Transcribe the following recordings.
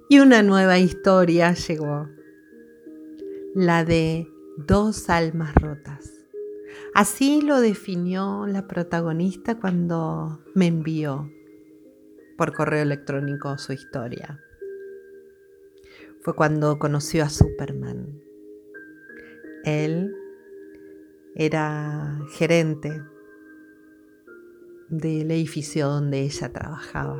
Y una nueva historia llegó, la de dos almas rotas. Así lo definió la protagonista cuando me envió por correo electrónico su historia. Fue cuando conoció a Superman. Él era gerente del edificio donde ella trabajaba.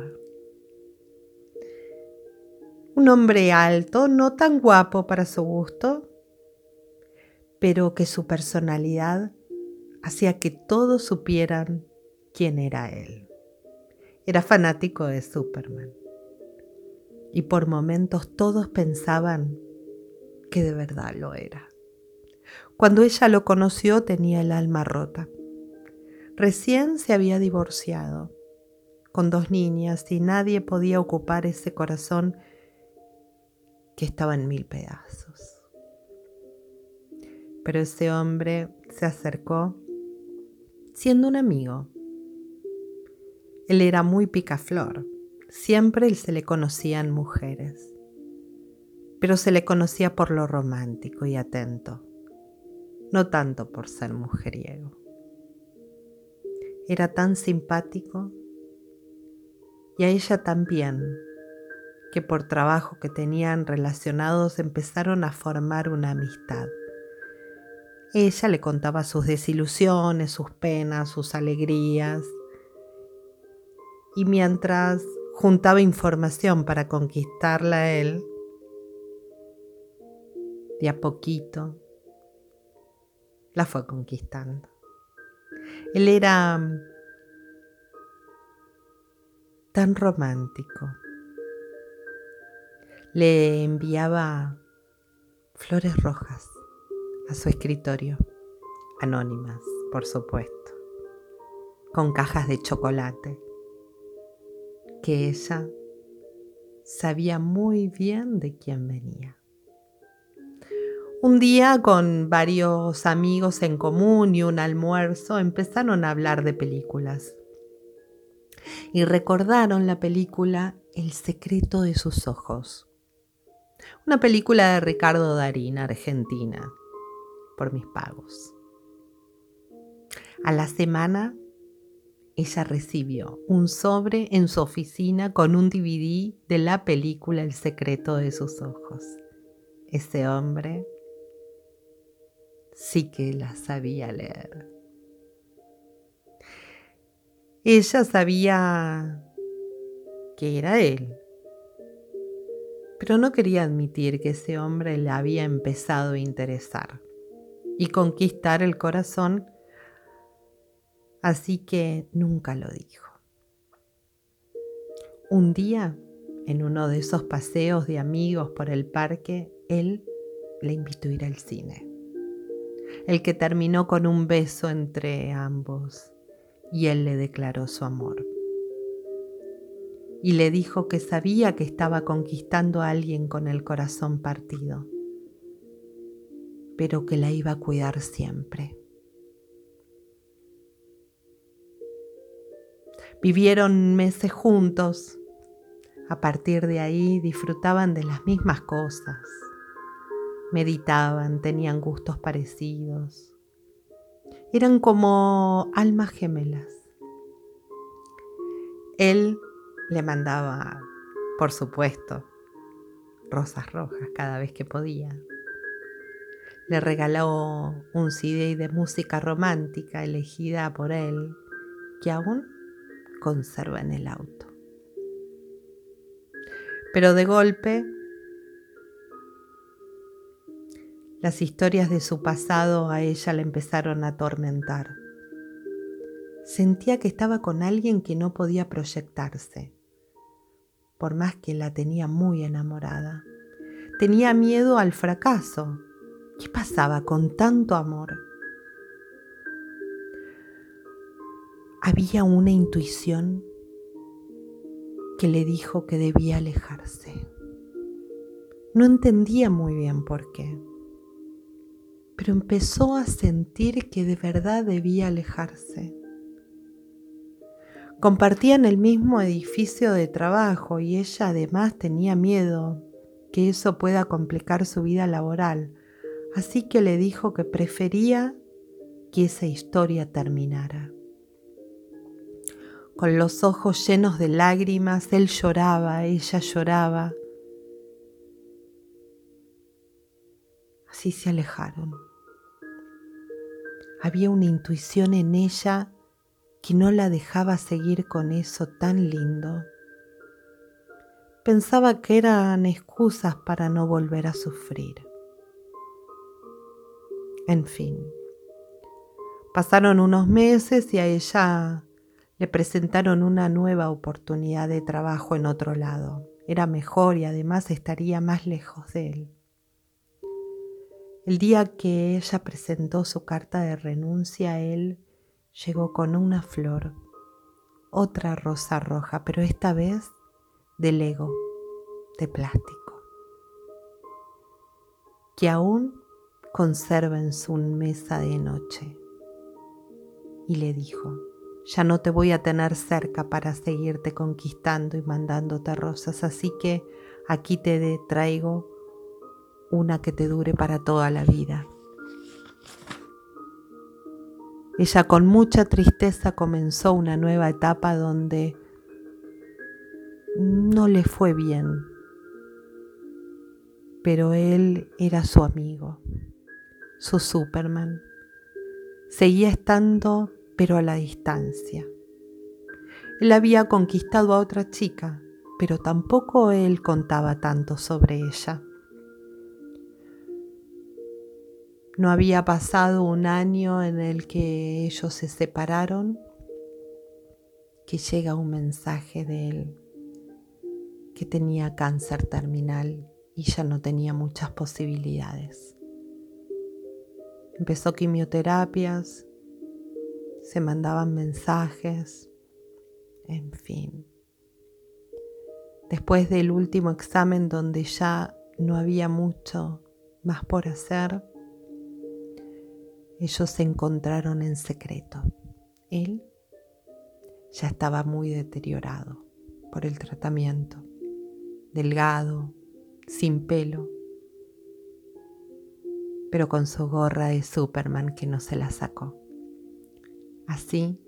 Un hombre alto, no tan guapo para su gusto, pero que su personalidad hacía que todos supieran quién era él. Era fanático de Superman. Y por momentos todos pensaban que de verdad lo era. Cuando ella lo conoció tenía el alma rota. Recién se había divorciado, con 2 niñas, y nadie podía ocupar ese corazón que estaba en 1000 pedazos. Pero ese hombre se acercó siendo un amigo. Él era muy picaflor. Siempre se le conocían mujeres, pero se le conocía por lo romántico y atento, no tanto por ser mujeriego. Era tan simpático, y a ella también, que por trabajo que tenían relacionados empezaron a formar una amistad. Ella le contaba sus desilusiones, sus penas, sus alegrías, y mientras juntaba información para conquistarla a él, de a poquito la fue conquistando. Él era tan romántico. Le enviaba flores rojas a su escritorio, anónimas, por supuesto, con cajas de chocolate, que ella sabía muy bien de quién venía. Un día, con varios amigos en común y un almuerzo, empezaron a hablar de películas y recordaron la película El secreto de sus ojos, una película de Ricardo Darín, Argentina, por mis pagos. A la semana, ella recibió un sobre en su oficina con un DVD de la película El secreto de sus ojos. Ese hombre sí que la sabía leer. Ella sabía que era él, pero no quería admitir que ese hombre le había empezado a interesar y conquistar el corazón, así que nunca lo dijo. Un día, en uno de esos paseos de amigos por el parque, él le invitó a ir al cine, el que terminó con un beso entre ambos, y él le declaró su amor. Y le dijo que sabía que estaba conquistando a alguien con el corazón partido, pero que la iba a cuidar siempre. Vivieron meses juntos. A partir de ahí disfrutaban de las mismas cosas. Meditaban, tenían gustos parecidos. Eran como almas gemelas. Él le mandaba, por supuesto, rosas rojas cada vez que podía. Le regaló un CD de música romántica elegida por él, que aún conserva en el auto. Pero de golpe, las historias de su pasado a ella le empezaron a atormentar. Sentía que estaba con alguien que no podía proyectarse, por más que la tenía muy enamorada. Tenía miedo al fracaso. ¿Qué pasaba con tanto amor? Había una intuición que le dijo que debía alejarse. No entendía muy bien por qué, pero empezó a sentir que de verdad debía alejarse. Compartían el mismo edificio de trabajo y ella además tenía miedo que eso pueda complicar su vida laboral, así que le dijo que prefería que esa historia terminara. Con los ojos llenos de lágrimas, él lloraba, ella lloraba. Así se alejaron. Había una intuición en ella que no la dejaba seguir con eso tan lindo. Pensaba que eran excusas para no volver a sufrir. En fin, pasaron unos meses y a ella le presentaron una nueva oportunidad de trabajo en otro lado. Era mejor y además estaría más lejos de él. El día que ella presentó su carta de renuncia, él llegó con una flor, otra rosa roja, pero esta vez de Lego, de plástico, que aún conserva en su mesa de noche. Y le dijo: ya no te voy a tener cerca para seguirte conquistando y mandándote rosas, así que aquí te traigo una que te dure para toda la vida. Ella con mucha tristeza comenzó una nueva etapa donde no le fue bien, pero él era su amigo, su Superman. Seguía estando, pero a la distancia. Él había conquistado a otra chica, pero tampoco él contaba tanto sobre ella. No había pasado un año en el que ellos se separaron, que llega un mensaje de él, que tenía cáncer terminal y ya no tenía muchas posibilidades. Empezó quimioterapias, se mandaban mensajes, en fin. Después del último examen donde ya no había mucho más por hacer, ellos se encontraron en secreto. Él ya estaba muy deteriorado por el tratamiento, delgado, sin pelo, pero con su gorra de Superman que no se la sacó. Así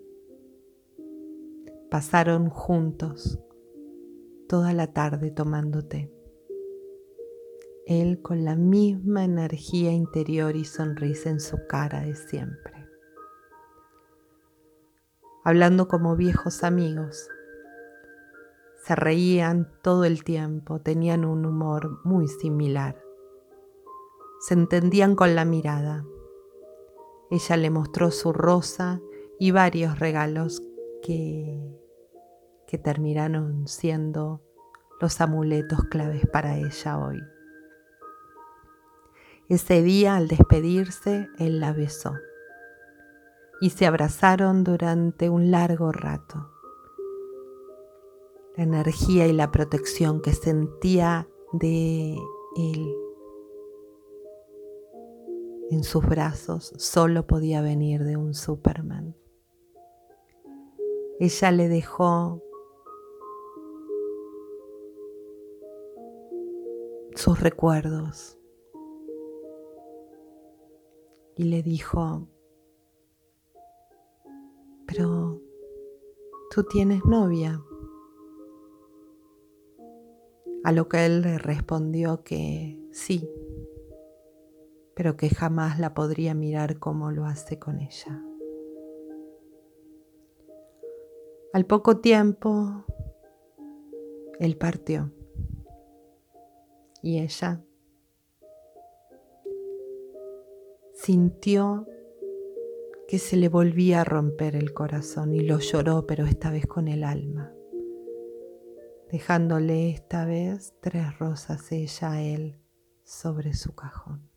pasaron juntos toda la tarde tomando té. Él con la misma energía interior y sonrisa en su cara de siempre. Hablando como viejos amigos. Se reían todo el tiempo, tenían un humor muy similar. Se entendían con la mirada. Ella le mostró su rosa y varios regalos que terminaron siendo los amuletos claves para ella hoy. Ese día, al despedirse, él la besó y se abrazaron durante un largo rato. La energía y la protección que sentía de él en sus brazos solo podía venir de un Superman. Ella le dejó sus recuerdos y le dijo: pero tú tienes novia. A lo que él le respondió que sí, pero que jamás la podría mirar como lo hace con ella. Al poco tiempo, él partió y ella sintió que se le volvía a romper el corazón y lo lloró, pero esta vez con el alma, dejándole esta vez 3 rosas ella a él sobre su cajón.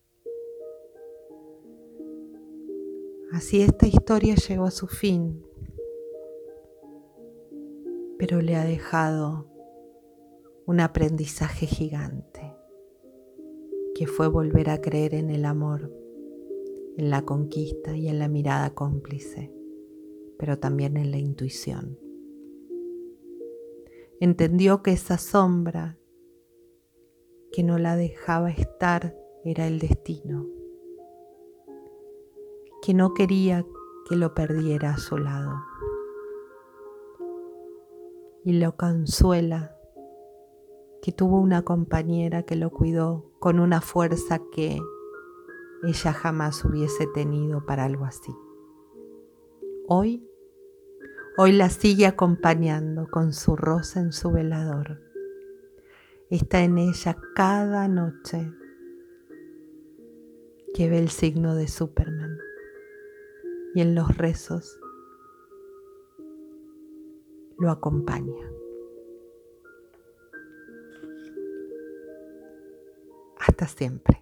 Así esta historia llegó a su fin, pero le ha dejado un aprendizaje gigante, que fue volver a creer en el amor, en la conquista y en la mirada cómplice, pero también en la intuición. Entendió que esa sombra que no la dejaba estar era el destino, que no quería que lo perdiera a su lado. Y lo consuela que tuvo una compañera que lo cuidó con una fuerza que ella jamás hubiese tenido para algo así. Hoy la sigue acompañando con su rosa en su velador. Está en ella cada noche que ve el signo de Superman y en los rezos lo acompaña. Hasta siempre.